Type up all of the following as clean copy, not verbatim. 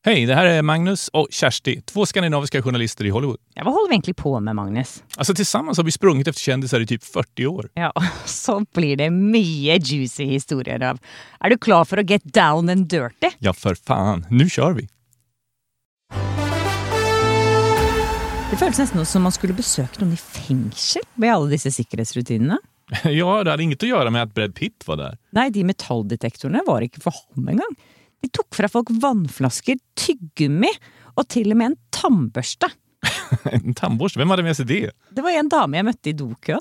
Hej, det här är Magnus och Kersti, 2 skandinaviska journalister i Hollywood. Ja, vad håller vi egentligen på med, Magnus? Alltså tillsammans har vi sprungit efter kändisar i typ 40 år. Ja, så blir det mycket juicy historier av. Är du klar för att get down and dirty? Ja, för fan. Nu kör vi. Det känns nästan som man skulle besöka någon i fängelse med alla dessa säkerhetsrutinerna. Ja, det hade inget att göra med att Brad Pitt var där. Nej, de metalldetektorerna var inte för honom en gång. De tog fra folk vannflaskor, tyggummi och till och med en tandbørste. En tandborste? Vem hade med sig det? Det var en dame jag mötte i dokön.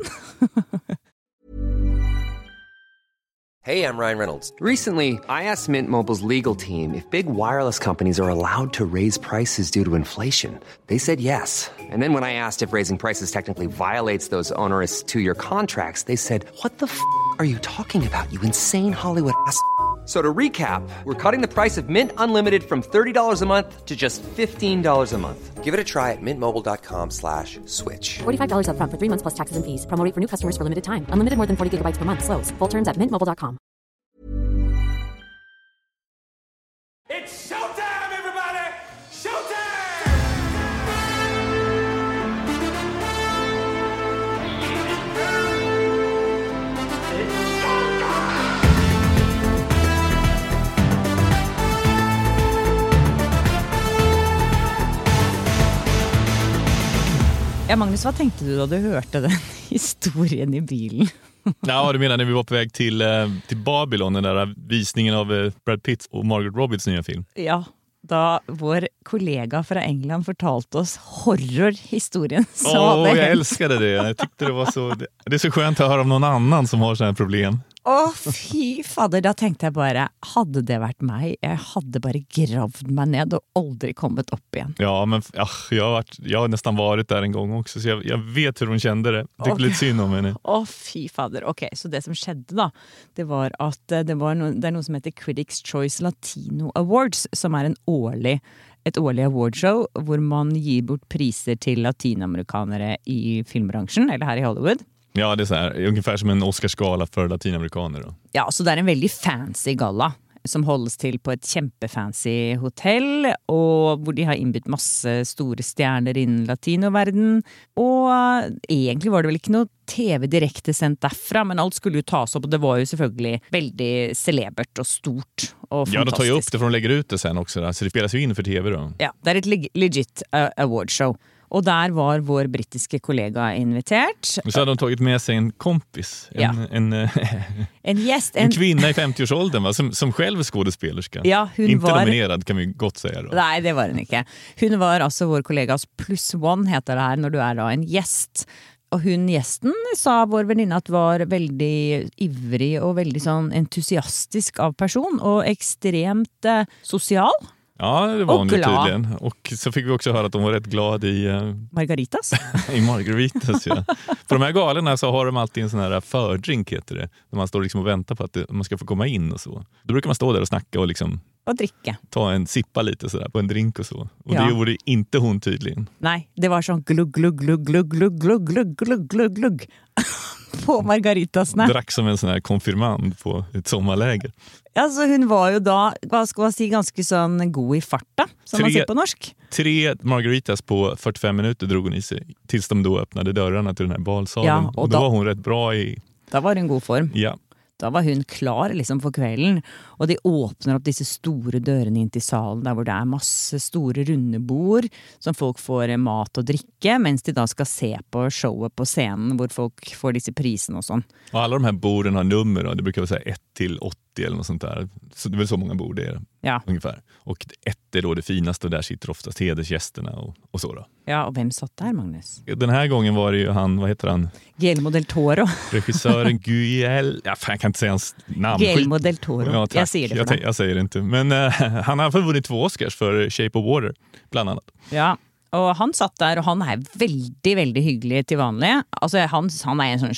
Hey, I'm Ryan Reynolds. Recently, I asked Mint Mobile's legal team if big wireless companies are allowed to raise prices due to inflation. They said yes. And then when I asked if raising prices technically violates those onerous 2-year contracts, they said, "What the f*** are you talking about, you insane Hollywood ass?" So to recap, we're cutting the price of Mint Unlimited from $30 a month to just $15 a month. Give it a try at mintmobile.com/switch. $45 up front for 3 months plus taxes and fees. Promo rate for new customers for limited time. Unlimited more than 40 gigabytes per month. Slows full terms at mintmobile.com. It's showtime, everybody! Showtime! Ja, Magnus, vad tänkte du då du hörde den historien i bilen? Ja, du menar när vi var på väg till Babylon, den där visningen av Brad Pitt och Margaret Robbins nya film. Ja, då vår kollega från England fortalte oss horrorhistorien. Jag älskade det. Jag tyckte det var så... Det är så skönt att höra om någon annan som har sådana här problem. Fy fader, då tänkte jag bara, hade det varit mig, jag hade bara gravt mig ned och aldrig kommit upp igen. Ja, men jag har nästan varit där en gång också, så jag vet hur hon kände det. Jag tyckte lite synd om henne. Fy fader, okej, så det som skedde då, det var att det är något som heter Critics' Choice Latino Awards, som är ett årlig awardshow hvor man ger bort priser till latinamerikaner i filmbranschen, eller här i Hollywood. Ja, det är så här, ungefär som en Oscarsgala för latinamerikaner då. Ja, så det är en väldigt fancy gala som hålls till på ett kämpefancy hotell och hvor de har inbytt masse stora stjärnor in latinovärlden. Och egentligen var det väl inte något tv direkt sänt därför, men allt skulle ju tas upp och det var ju selvfølgelig väldigt celebert och stort och fantastiskt. Ja, de tar ju upp det för de lägger ut det sen också, så det spelas ju in för tv då. Ja, det är ett legit awardshow. Och där var vår brittiske kollega inviterat. Och så hade de tagit med sig en kompis. En gäst. En kvinna i 50-årsåldern, va? Som själv är skådespelerska. Ja, inte nominerad kan vi gott säga då. Nej, det var den inte. Hon var alltså vår kollegas +1 heter det här när du är då en gäst. Och gästen sa vår väninna att var väldigt ivrig och väldigt sån entusiastisk av person och extremt social. Ja, det var hon ju tydligen. Och så fick vi också höra att de var rätt glad i... Margaritas. I Margaritas, ja. På de här galerna så har de alltid en sån här fördrink, heter det. Där man står liksom och väntar på att man ska få komma in och så. Då brukar man stå där och snacka och liksom... Och dricka. Ta en sippa lite sådär på en drink och så. Och det gjorde inte hon tydligen. Nej, det var sån glugg, glugg, glugg, glugg, glugg, glugg, glugg, glugg, glugg, glugg. På Margaritasna. Drack som en sån här konfirmand på ett sommarläger. Alltså hon var ju då, vad ska man säga, ganska sån god i farta, som man säger på norsk. 3 margaritas på 45 minuter drog hon i sig. Tills de då öppnade dörrarna till den här balsalen. Ja, och då var hon rätt bra i... Då var det en god form. Ja. Då var hon klar liksom på kvällen. Och de öppnar upp dessa stora dörrarna in till salen där det är masse stora runda bord som folk får mat och dricka medan de då ska se på showet på scenen där folk får dessa priserna och sånt. Och alla de här borden har nummer då. Det brukar vara 1 till 80 eller något sånt där. Så det är väl så många bord det är ungefär. Och 1 är då det finaste och där sitter oftast hedersgästerna och så då. Ja, och vem satt där, Magnus? Den här gången var det ju han, vad heter han? Guillermo del Toro. Regissören Guillermo, jag kan inte säga hans namn. Guillermo del Toro, ja, jag säger det för jag säger det inte. Men han har vunnit 2 Oscars för Shape of Water, bland annat. Ja, och han satt där och han är väldigt, väldigt hygglig till vanlig. Alltså han är en sån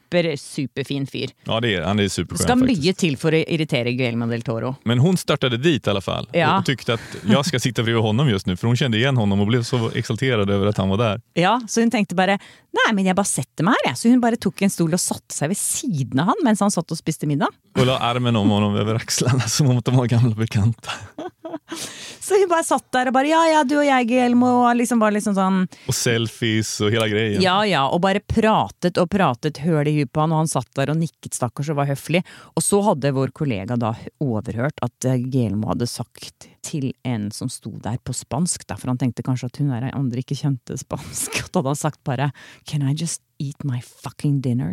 superfin fyr. Ja, han är superskön. Ska mycket till för att irritera Guillermo del Toro. Men hon startade dit i alla fall. Ja. Och tyckte att jag ska sitta bredvid honom just nu. För hon kände igen honom och blev så exalterad över att han var där. Ja, så hon tänkte bara, nej men jag bara sätter mig här. Så hon bara tog en stol och satte sig vid sidan av han medan han satt och spiste middag. Och la armen om honom över axlarna som om de var gamla bekanta. Så hun bare satt der og bare, ja, du og jeg, Guillermo, og liksom bare liksom sånn... Och selfies och hela grejen. Ja, og bare pratet og pratet, hørte i huet på han, og han satt der og nikket stakkars og var høflig. Og så hadde vår kollega da overhørt at Guillermo hadde sagt til en som stod der på spansk, da, for han tenkte kanskje at hun der andre ikke kjente spansk, og da hadde han sagt bare, can I just eat my fucking dinner?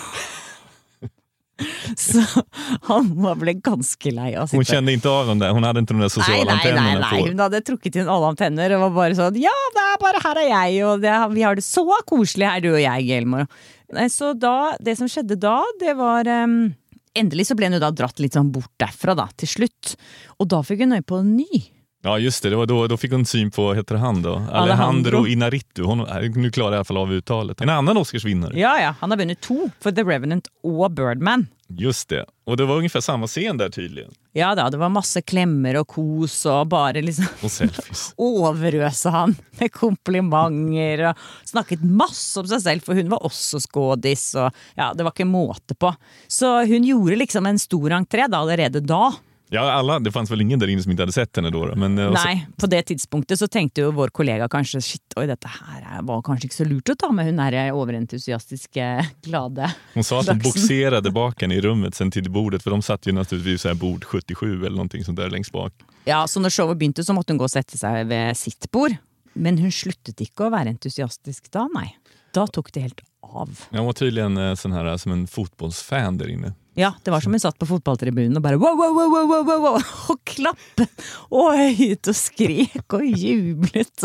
Så han ble ganske lei av sitt. Hon kände inte av dem där, hon hade inte de där sociala antennerna på. Nej, hun hadde trukket inn alle antenner og var bare sånn, ja, det er bare her er jeg, og vi har det så koselig her, du og jeg, Guillermo. Så da, det som skjedde da, det var... endelig så ble hun jo da dratt litt sånn bort derfra da, til slutt. Og da fikk hun øye på en ny. Ja, just det. Då fick hon syn på, heter han då? Alejandro Inarritu. Nu klarar jag i alla fall av uttalet. En annan Oscarsvinnare. Ja. Han har vunnit 2 för The Revenant och Birdman. Just det. Och det var ungefär samma scen där tydligen. Ja da, det var masse klemmer og kos og bare liksom... Og selfies. Overøse han med komplimenter og snakket masse om seg selv, for hun var også skådis, og ja, det var ikke måte på. Så hun gjorde liksom en stor entré da, allerede da. Ja, det fanns väl ingen där inne som inte hade sett henne då. Men, nej, på det tidspunktet så tänkte ju vår kollega kanske, shit, oj, detta här var kanske inte så lurt att ta med hun här överentusiastiska, glada. Hon sa att hon boxerade baken i rummet sen till bordet, för de satt ju naturligtvis så här bord 77 eller någonting sånt där längst bak. Ja, så när showet begynte så måtte hun gå och sätta sig vid sitt bord. Men hun sluttet ikke å være entusiastisk da, nei. Da tok det helt av. Jag var tydligen sån här som en fotbollsfan där inne. Ja, det var som hun satt på fotballtribunen og bare wow, og klappet og høyt og skrek og jublet.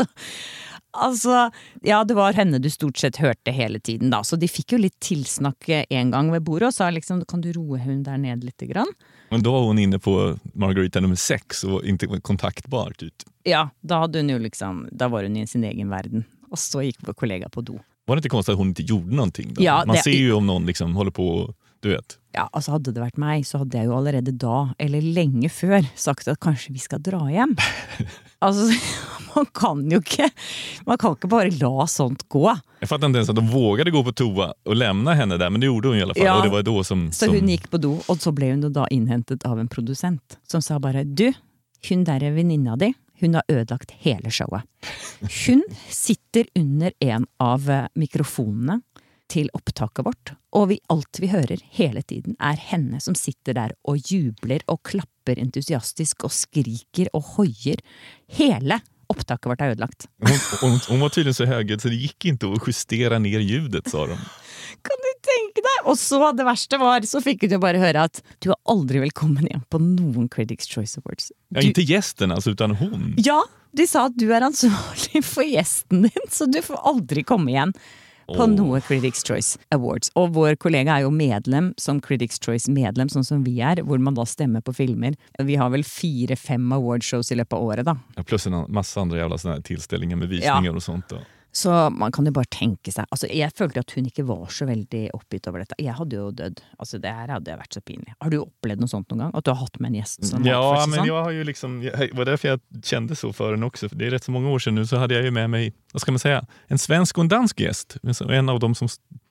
Altså, ja, det var henne du stort sett hørte hele tiden da, så de fikk jo litt tilsnakk en gang ved bordet og sa liksom, kan du roe hun der ned lite grann? Men då var hon inne på Margarita nummer 6 och inte kontaktbar typ. Ja, da hadde hun jo liksom, da var hun i sin egen verden, og så gikk vår kollega på do. Var det inte konstigt att hon inte gjorde någonting då? Ja, man ser ju om någon liksom håller på, du vet. Ja, altså hadde det vært meg, så hadde jeg jo allerede da, eller lenge før, sagt at kanskje vi skal dra hjem. Altså, man kan ikke bare la sånt gå. Jag fattar inte ens att de vågade gå på toa och lämna henne där, men det gjorde hon i alla fall. Ja, och det var då som... Så hun gikk på do, og så ble hun da innhentet av en produsent, som sa bare, du, hun der er venninna di, hun har ødelagt hele showet. Hun sitter under en av mikrofonene til opptaket vårt, og alt vi hører hele tiden er henne som sitter der og jubler og klapper entusiastisk og skriker og hoier. Hele opptaket vårt er ødelagt. Hon var tydligen så hög så det gick inte att justera ner ljudet, sa de. Kan du tenke deg? Og så det verste var, så fikk du bare høre at du er aldri velkommen igjen på noen Critics' Choice Awards. Ja, inte gästen alltså, utan hon. Ja, de sa at du er ansvarlig for gjesten din, så du får aldri komme igjen på noe Critics' Choice Awards. Og vår kollega er jo medlem som Critics' Choice medlem, sånn som vi er, hvor man da stemmer på filmer. Vi har vel 4-5 awardshows i løpet av året da. Ja, plus en massa andra jävla såna här tillställningar med visningar och sånt då. Så man kan jo bare tenke seg, altså jeg følte at hun ikke var så veldig oppgitt over dette. Jeg hadde jo dødd, altså det her hadde vært så pinlig. Har du opplevd noe sånt någon gång? Att du har haft med en gäst som ja, men jag har ju liksom, det var därför jag kände så för den också. För det är rätt så många år sedan nu så hade jag ju med mig, vad ska man säga, en svensk och en dansk gäst. En av dem som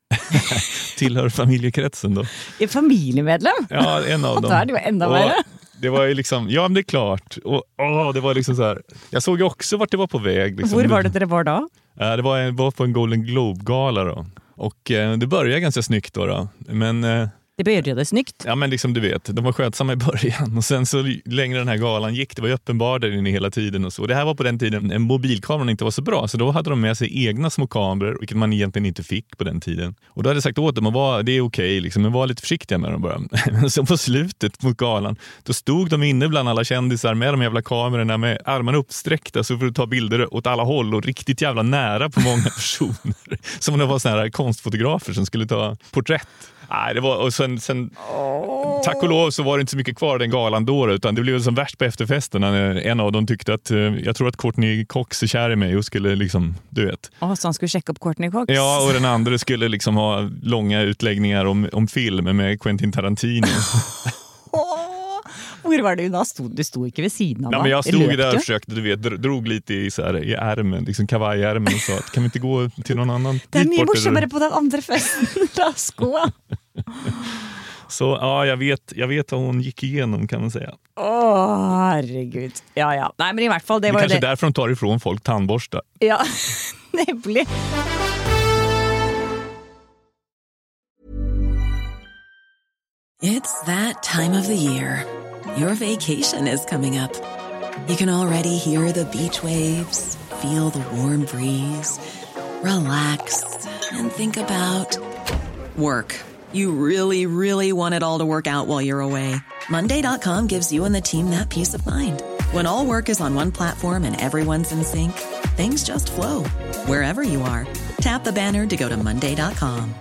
tillhör familjekretsen då. Är familjemedlem? Ja, en av dem. Då är det ju ända värre. Det var ju liksom, ja men det är klart. Och det var liksom så här. Jag såg ju också vart det var på väg. Liksom. Hvor var det var då? Ja, det var på en Golden Globe-gala då. Och det började ganska snyggt då. Men... Det började snyggt. Ja men liksom du vet, de var skötsamma i början och sen så längre den här galan gick, det var ju öppenbar där inne hela tiden och så. Och det här var på den tiden en mobilkamera inte var så bra, så då hade de med sig egna små kameror, vilket man egentligen inte fick på den tiden. Och då hade jag sagt åt dem att det är okej liksom, men var lite försiktiga med dem bara. Men så på slutet mot galan, då stod de inne bland alla kändisar med de jävla kamerorna med armarna uppsträckta så för att ta bilder åt alla håll och riktigt jävla nära på många personer. Som om det var såna här konstfotografer som skulle ta porträtt. Nej, det var, och sen tack och lov så var det inte så mycket kvar den galan då, utan det blev som värst på efterfesten när en av dem tyckte att jag tror att Courtney Cox är kär i mig och skulle liksom, du vet. Så han skulle checka upp Courtney Cox? Ja, och den andra skulle liksom ha långa utläggningar om film med Quentin Tarantino. Hvor var det da? Du stod ikke ved siden av da? Nej, men jag stod där och försökte, du vet, drog lite i, så här, i ärmen, liksom kavajärmen och sa att kan vi inte gå till någon annan? Det är mye morsommere på den andra festen. La oss gå. Så ja, jag vet vad hon gick igenom, kan man säga. Herregud. Ja. Nej, men i hvert fall det är var kanske det. Därför de tar ifrån folk tandborstar. Ja, nämligen. It's that time of the year. Your vacation is coming up. You can already hear the beach waves, feel the warm breeze, relax, and think about work. You really, really want it all to work out while you're away. Monday.com gives you and the team that peace of mind. When all work is on one platform and everyone's in sync, things just flow. Wherever you are, tap the banner to go to Monday.com.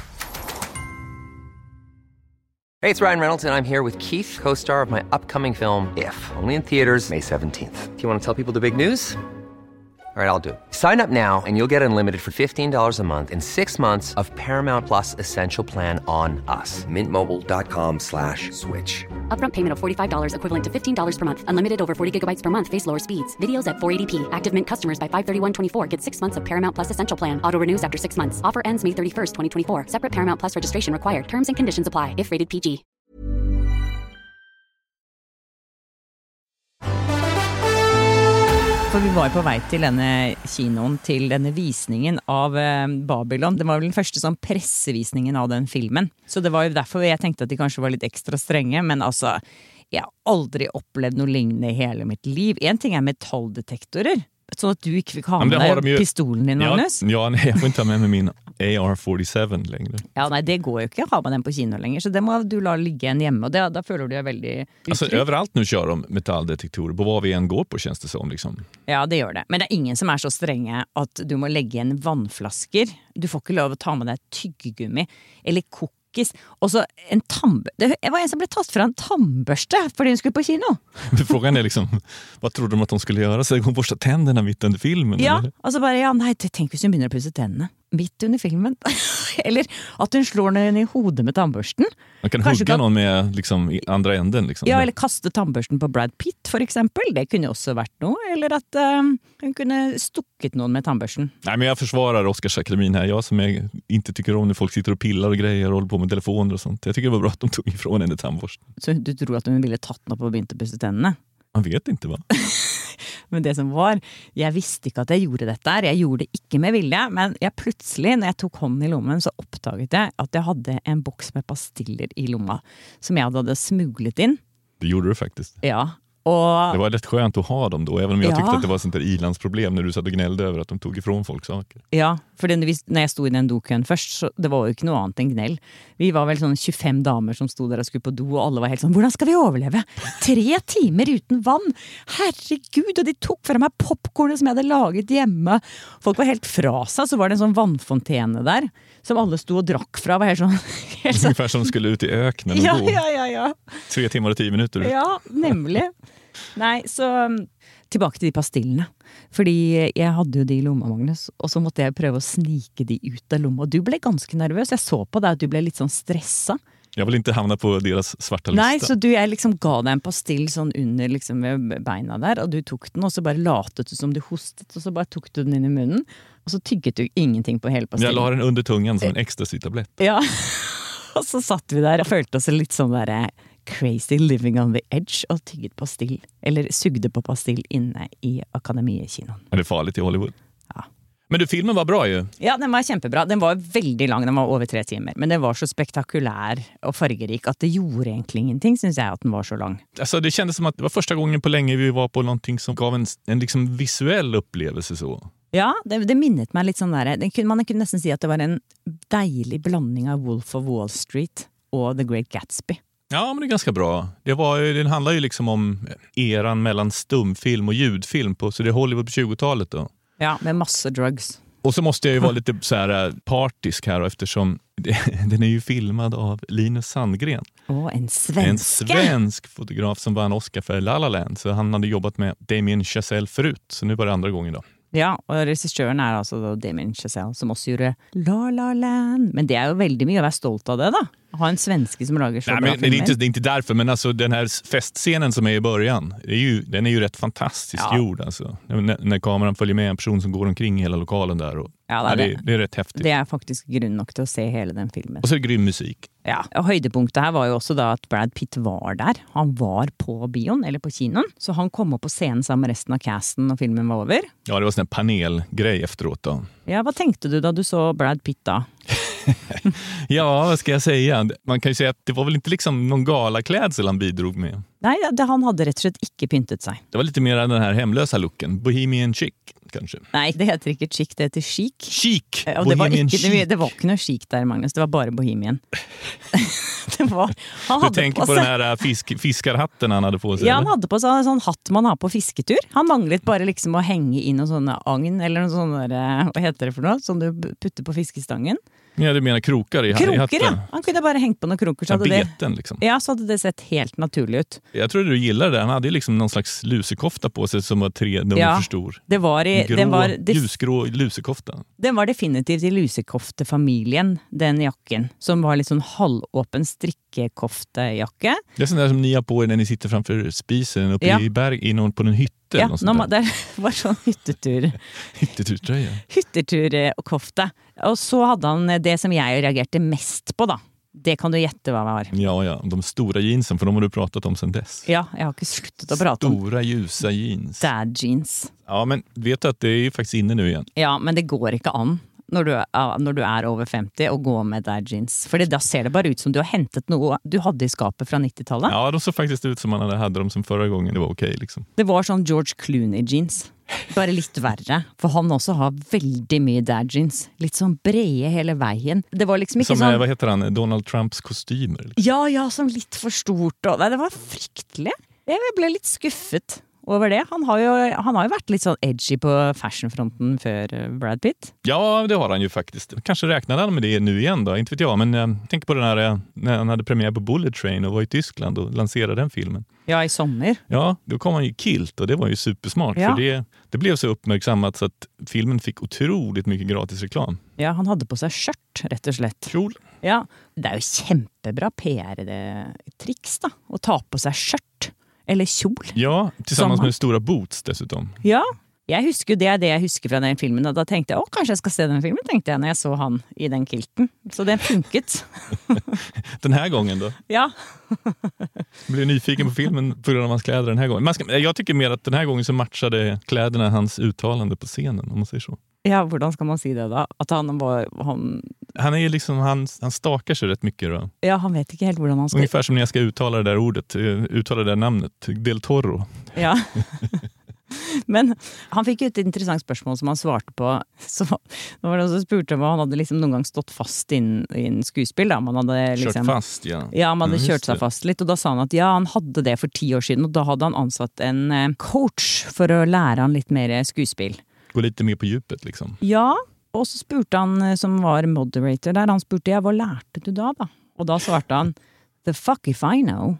Hey, it's Ryan Reynolds, and I'm here with Keith, co-star of my upcoming film, If, only in theaters May 17th. Do you want to tell people the big news? All right, I'll do it. Sign up now and you'll get unlimited for $15 a month and 6 months of Paramount Plus Essential Plan on us. MintMobile.com/switch. Upfront payment of $45 equivalent to $15 per month. Unlimited over 40 gigabytes per month. Face lower speeds. Videos at 480p. Active Mint customers by 531.24 get 6 months of Paramount Plus Essential Plan. Auto renews after 6 months. Offer ends May 31st, 2024. Separate Paramount Plus registration required. Terms and conditions apply if rated PG. For vi var på vei til denne kinoen, til denne visningen av Babylon. Det var vel den første sånn pressevisningen av den filmen. Så det var jo derfor jeg tenkte at de kanskje var litt ekstra strenge, men altså, jeg har aldri opplevd noe lignende i hele mitt liv. En ting er metalldetektorer, så att du inte fick ha med dig pistolen din, Magnus. Ja, nej, jag får inte ta med mig min AR-47 längre. Ja, nej, det går ju inte att ha med den på kino längre, så det må du la ligga en hemma, och där följer du väldigt alltså, överallt nu kör de metalldetektorer, på vad vi än går på känns det som liksom. Ja, det gör det. Men det är ingen som är så stränga att du må lägga en vannflasker. Du får inte lov att ta med dig tyggegummi eller cookies. Och så en det var en som blev tatt för en tandbørste för den skulle på kino. Frågan är liksom, vad trodde de att de skulle göra? Så de borsta tänderna mitt under filmen? Ja, eller? och så bara, ja, nej, tänk hvis hun begynner å pusse tennene mitt under filmen. Eller att hun slår den i hodet med tandbørsten. Man kan hugga någon med liksom, i andra änden. Liksom. Ja, eller kaste tandbørsten på Brad Pitt, for eksempel. Det kunne også vært noe. Eller at hun kunne stukket någon med tandbørsten. Nej, men jag försvarar Oscarsakademin här. Jag som inte tycker om när folk sitter och pillar och grejer och håller på med telefoner och sånt. Jag tycker det var bra att de tog ifrån henne tandborsten. Så du tror att hun ville tatt den opp og begynt å pusse tennene? Man vet inte, va? Men det som var, jag visste inte att jag gjorde detta här. Jag gjorde det inte med vilja, men jag plötsligt när jag tog hånden i lommen så uppdagade jag att jag hade en box med pastiller i lomma som jag hade smugglat in. Det gjorde du faktiskt. Ja. Och det var rätt skönt att ha dem då, även om jag tyckte att det var sånt där ilandsproblem när du satt och gnällde över att de tog ifrån folk saker. Ja, för när jag stod i den dokön först så det var ju inte något annat än gnäll. Vi var väl sån 25 damer som stod där och skulle på do och alla var helt sån, hur ska vi överleva? 3 timmar utan vatten. Herregud, och de tog för de här popcornen som jag hade lagat hemma. Folk var helt frasa, så var det en sån vannfontän där som alla stod och drack från. Var helt sån, ungefär som de skulle ut i öknen och gå. Ja. 3 timmar och 10 minuter. Ja, nämligen. Nej, så tillbaka till de pastillerna. Fordi jag hade ju de i lomma, Magnus, och så måste jag pröva att snika de ut av lomma. Och du blev ganska nervös. Jag såg på dig att du blev lite sån stressad. Jag vill inte hamna på deras svarta lista. Nej, så jag liksom gav dig en pastill sån under liksom med beina där och du tog den och så bara latade du som du hostet och så bara tog du den in i munnen och så tyggde du ingenting på hela pastillen. Jag la den under tungan som en ecstasy-tablett. Ja, och så satt vi där och följde oss lite sån där crazy living on the edge och tyggde pastill eller sugde på pastill inne i Akademiekinon. Är det farligt i Hollywood? Ja. Men du, filmen var bra ju. Ja, den var jättebra. Den var väldigt lång, den var över 3 timmar. Men den var så spektakulär och färgrik att det gjorde egentligen ingenting, syns jag, att den var så lång. Alltså, det kändes som att det var första gången på länge vi var på någonting som gav en liksom visuell upplevelse så. Ja, det minnet mig lite sån där. Man kunde nästan säga att det var en dejlig blandning av Wolf of Wall Street och The Great Gatsby. Ja, men det är ganska bra. Den handlar ju liksom om eran mellan stumfilm och ljudfilm så det är Hollywood på 20-talet då. Ja, med massa drugs. Och så måste jag ju vara lite så här partisk här eftersom den är ju filmad av Linus Sandgren. En svensk fotograf som vann Oscar för La La Land. Så han hade jobbat med Damien Chazelle förut, så nu var det andra gången då. Ja, och regissören är alltså då Damien Chazelle som också gjorde La La Land. Men det är ju väldigt mycket att vara stolt av det då. Ha en svenske som lager så Nej, bra men filmer. det är inte därför, men alltså den här festscenen som är i början, den är ju rätt fantastiskt gjord. Alltså. När kameran följer med en person som går omkring i hela lokalen där. Och, det är rätt häftigt. Det är faktiskt grund nog till att se hela den filmen. Och så är det grym musik. Ja, och höjdepunktet här var ju också då att Brad Pitt var där. Han var på bion, eller på kinon. Så han kom upp på scenen sammen med resten av casten när filmen var över. Ja, det var en sån här panelgrej efteråt då. Ja, vad tänkte du då du såg Brad Pitt då? Ja, vad ska jag säga? Man kan ju säga att det var väl inte liksom någon galaklädsel han bidrog med. Nej, han hade rätt och slett inte pyntet sig. Det var lite mer den här hemlösa looken. Bohemian chic, kanske. Nej, det heter inte chic, det heter chic. Chic! Och det var inte något chic där, Magnus. Det var bara bohemian. Du tänker på den här fiskarhatten han hade på sig? Ja, han hade på sig en sån hatt man har på fisketur. Han manglet bara liksom att hänga in någon sån agn, eller någon sån där, vad heter det för något, som du putter på fiskestangen. Ja, du menar krokar i hatten? Krokar, ja. Han kunde bara hängt på några krokar. Så beten, liksom. Ja, så hade det sett helt naturligt ut. Jag tror du gillar det. Han hade liksom någon slags lusekofta på sig som var 3 nummer för stor. Det var ljusgrå lusekofta. Den var definitivt i lusekoftefamiljen, den jacken. Som var liksom halvåpen strickekoftejacka. Det är sån där som ni har på er när ni sitter framför spisen uppe i berg på en hytte. Ja, det var sån hytteturtröja. Hytteturkofta. Och så hade han det som jag reagerade mest på då. Det kan du gätta vad var. Ja, de stora jeansen, för de har du pratat om sedan dess. Ja, jag har inte slutat att prata om. Stora ljusa jeans. Dad jeans. Ja, men vet du att det är faktiskt inne nu igen? Ja, men det går inte an när du är över 50 och går med dad jeans. För då ser det bara ut som du har hämtat något du hade i skapet från 90-talet. Ja, de såg faktiskt ut som man hade dem som förra gången. Det var okej, liksom. Det var sån George Clooney jeans. Bara lite värre. För han också har väldigt mycket dad jeans. Lite som breda hela vägen. Det var liksom inte som, vad heter han? Donald Trumps kostymer. Liksom. Ja, som lite för stort. Då. Det var fryktligt. Jag blev lite skuffet över det. Han har ju varit lite så edgy på fashionfronten för Brad Pitt. Ja, det har han ju faktiskt. Kanske räknade han med det nu igen då, inte vet jag. Men jag tänker på den här när han hade premiär på Bullet Train och var i Tyskland och lanserade den filmen. Ja, i sommar. Ja, då kom han ju kilt och det var ju supersmart. Ja. För det blev så uppmärksammat så att filmen fick otroligt mycket gratis reklam. Ja, han hade på sig skört, rätt och slett. Kjol. Ja, det är ju kämpebra PR-tricks då, att ta på sig skört. Eller kjol. Ja, tillsammans med stora boots dessutom. Ja, jag husker det jag husker från den filmen. Och då tänkte jag, kanske jag ska se den filmen, tänkte jag när jag såg han i den kilten. Så den funket. Den här gången då? Ja. Jag blev nyfiken på filmen på grund av hans kläder den här gången. Jag tycker mer att den här gången så matchade kläderna hans uttalande på scenen, om man säger så. Ja, hur ska man säga det då? Att han är ju liksom, han stakar sig rätt mycket då. Ja, han vet inte helt hur han ska. Ungefär som när jag ska uttala det där ordet, uttala det där namnet, Del Toro. Ja. Men han fick ju ett intressant spörsmål som han svarte på. Så då var det också spurt om han hade liksom någon gång stått fast i en skuespel. Da. Man hade liksom, kört fast, ja. Ja, man hade kört sig fast lite. Och då sa han att han hade det för 10 år sedan. Och då hade han ansatt en coach för att lära han lite mer skuespel. Gå lite mer på djupet liksom. Ja, och så spurte han som var moderator där. Han spurte, vad lärde du då? Och då svarte han, the fuck if I know.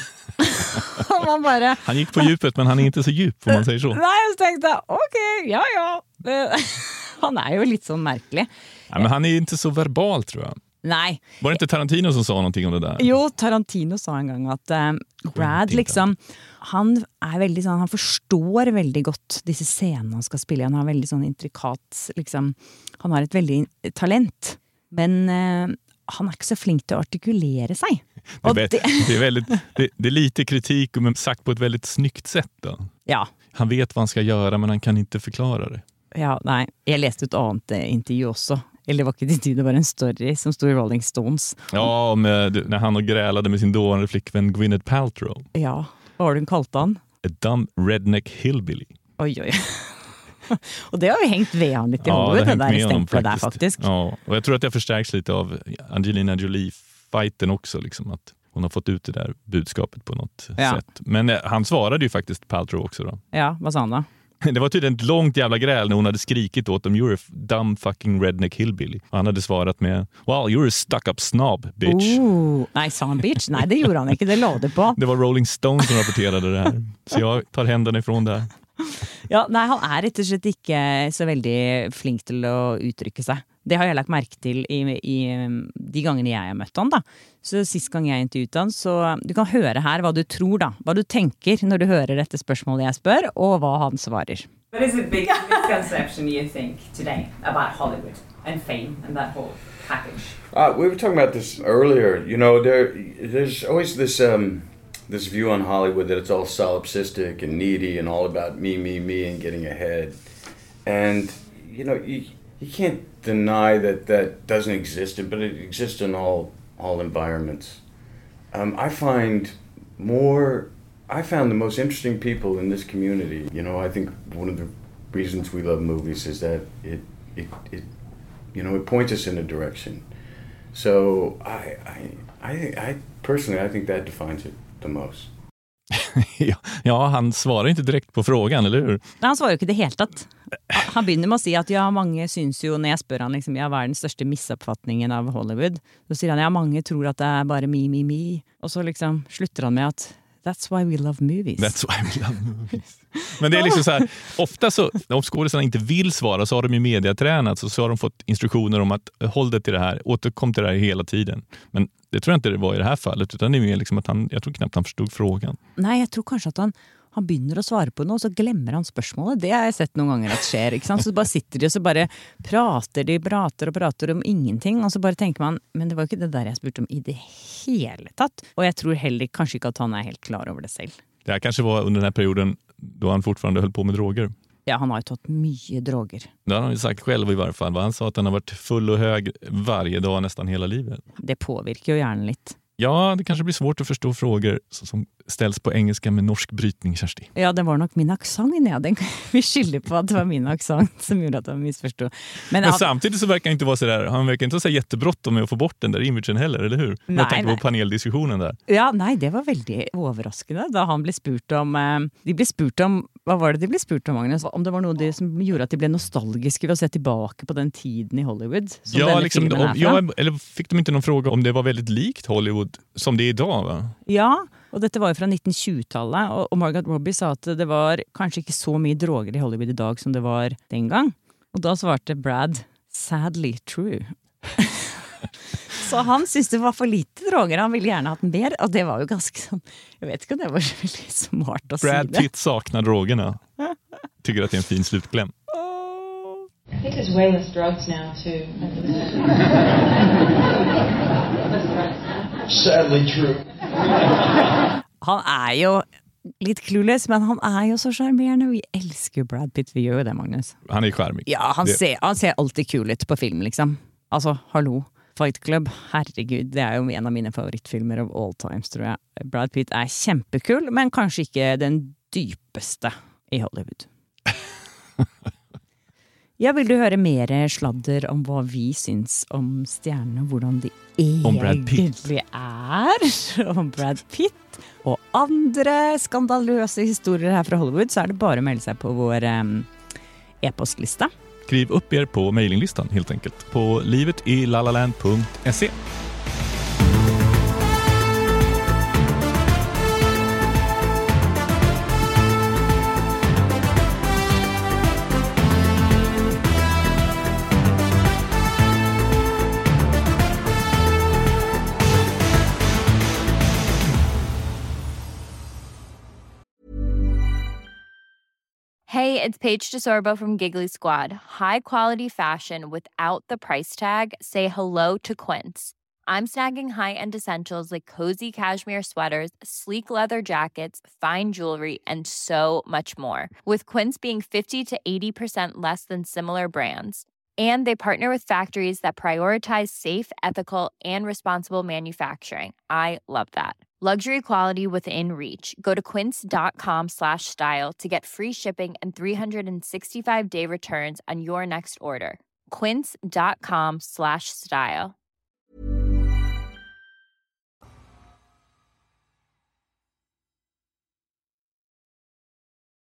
Han gick på djupet, men han är inte så djup, om man säger så. Nej, jag tänkte, okej, ja. Han är ju lite så märklig. Ja, men han är inte så verbal, tror jag. Nej. Var det inte Tarantino som sa någonting om det där? Jo, Tarantino sa en gång att Brad liksom, han är väldigt sån, han förstår väldigt gott dessa scener han ska spela. Han har väldigt sån intrikat, liksom, han har ett väldigt talent. Men han är inte så flink till att artikulera sig. Det är lite kritik, men sagt på ett väldigt snyggt sätt då. Ja. Han vet vad han ska göra, men han kan inte förklara det. Ja, nej. Jag läste ett annat intervju också. Eller det var inte ett intervju, det var en story som stod i Rolling Stones. Ja, när han grälade med sin dåvarande flickvän Gwyneth Paltrow. Ja, vad har du kallat han? A dumb redneck hillbilly. Oj. Och det har ju hängt med han lite i huvudet, det där stämplet där faktiskt. Ja, och jag tror att det förstärks lite av Angelina Jolie-fighten också, liksom, att hon har fått ut det där budskapet på något sätt. Men han svarade ju faktiskt Paltrow också då. Ja, vad sa han då? Det var tydligen ett långt jävla gräl när hon hade skrikit åt dem, you're a dumb fucking redneck hillbilly. Och han hade svarat med, well, you're a stuck-up snob, bitch. Nej, sa han bitch? Nej, det gjorde han inte, det lade på. Det var Rolling Stones som rapporterade det här. Så jag tar händerna ifrån det här. Ja, nei, han er rett og slett ikke så veldig flink til å uttrykke seg. Det har jeg lagt merke til i de gangene jeg har møtt han da. Så sist gang jeg intervjuet han, så du kan høre her hva du tror da, hva du tenker når du hører dette spørsmålet jeg spør, og hva han svarer. What is a big misconception you think today about Hollywood and fame and that whole package? We were talking about this earlier. You know, there's always this this view on Hollywood that it's all solipsistic and needy and all about me and getting ahead. And you know, you can't deny that doesn't exist, but it exists in all environments. I found the most interesting people in this community. You know, I think one of the reasons we love movies is that it you know, it points us in a direction. So I personally, I think that defines it the most. Ja, han svarar inte direkt på frågan, eller hur? Nei, han svarer jo ikke det helt tatt. Han begynner med å si at ja, mange syns jo, når jeg spør han liksom, ja, hva er den største misoppfatningen av Hollywood? Så sier han, ja, mange tror at det er bare me. Og så liksom slutter han med at that's why we love movies. That's why we love movies. Men det är liksom så här, ofta så, om skådespelarna inte vill svara så har de ju mediatränat, så har de fått instruktioner om att håll det till det här, återkom till det här hela tiden. Men det tror jag inte det var i det här fallet, utan det är mer liksom att jag tror knappt han förstod frågan. Nei, jeg tror kanskje at han begynner å svare på noe, og så glemmer han spørsmålet. Det har jeg sett noen ganger at skjer, ikke sant? Så bare sitter de, og så bare prater om ingenting, og så bare tenker man, men det var jo ikke det der jeg spurte om i det hele tatt. Og jeg tror heller kanskje ikke at han er helt klar over det selv. Det här kanske var under den här perioden då han fortfarande höll på med droger. Ja, han har ju tagit mycket droger. Det har han ju sagt själv i varje fall. Han sa att han har varit full och hög varje dag nästan hela livet. Det påverkar ju hjärnan lite. Ja, det kanske blir svårt att förstå frågor som ställs på engelska med norsk brytning, Kersti. Ja, det var nog min accent. Ja. Vi skyller på att det var min accent som gjorde att han missförstod. Men samtidigt så verkar han inte vara så där, han verkar inte vara så jättebråttom med att få bort den där imagen heller, eller hur? Jag tänker på paneldiskussionen där. Ja, nej, det var väldigt överraskande då han blev spurt om, vad var det de blev spurt om, Magnus? Om det var något det som gjorde att de blev nostalgiska vid att se tillbaka på den tiden i Hollywood. Ja, liksom, eller fick de inte någon fråga om det var väldigt likt Hollywood som det är idag, va? Ja, och detta var ju från 1920-talet och Margot Robbie sa att det var kanske inte så mycket droger i Hollywood idag som det var den gång. Och då svarte Brad, sadly true. Så han syns det var för lite droger, han ville gärna ha mer, och det var ju ganska, jag vet inte om det var så väldigt smart att säga det. Brad Pitt saknar drogerna. Tycker att det är en fin slutkläm. I think there's way less drugs now too. Sadly true. Han är ju lite clueless, men han är ju så charmerande. Vi älskar Brad Pitt, vi gör ju det, Magnus. Han är charmig. Ja, han ser alltid kul ut på film liksom. Alltså, hallå. Fight Club, herregud, det är ju en av mina favoritfilmer av all times, tror jag. Brad Pitt är kämpekul, men kanske inte den djupaste i Hollywood. Ja, vill du höra mer sladder om vad vi syns om stjärnorna, hvordan de egentlig är, om Brad Pitt och andra skandalösa historier här från Hollywood, så är det bara att melde sig på vår e-postlista. Skriv upp er på mailinglistan helt enkelt på livetilallaland.se. Hey, it's Paige DeSorbo from Giggly Squad. High quality fashion without the price tag. Say hello to Quince. I'm snagging high-end essentials like cozy cashmere sweaters, sleek leather jackets, fine jewelry, and so much more. With Quince being 50 to 80% less than similar brands. And they partner with factories that prioritize safe, ethical, and responsible manufacturing. I love that. Luxury quality within reach. Go to quince.com/style to get free shipping and 365-day returns on your next order. Quince.com/style.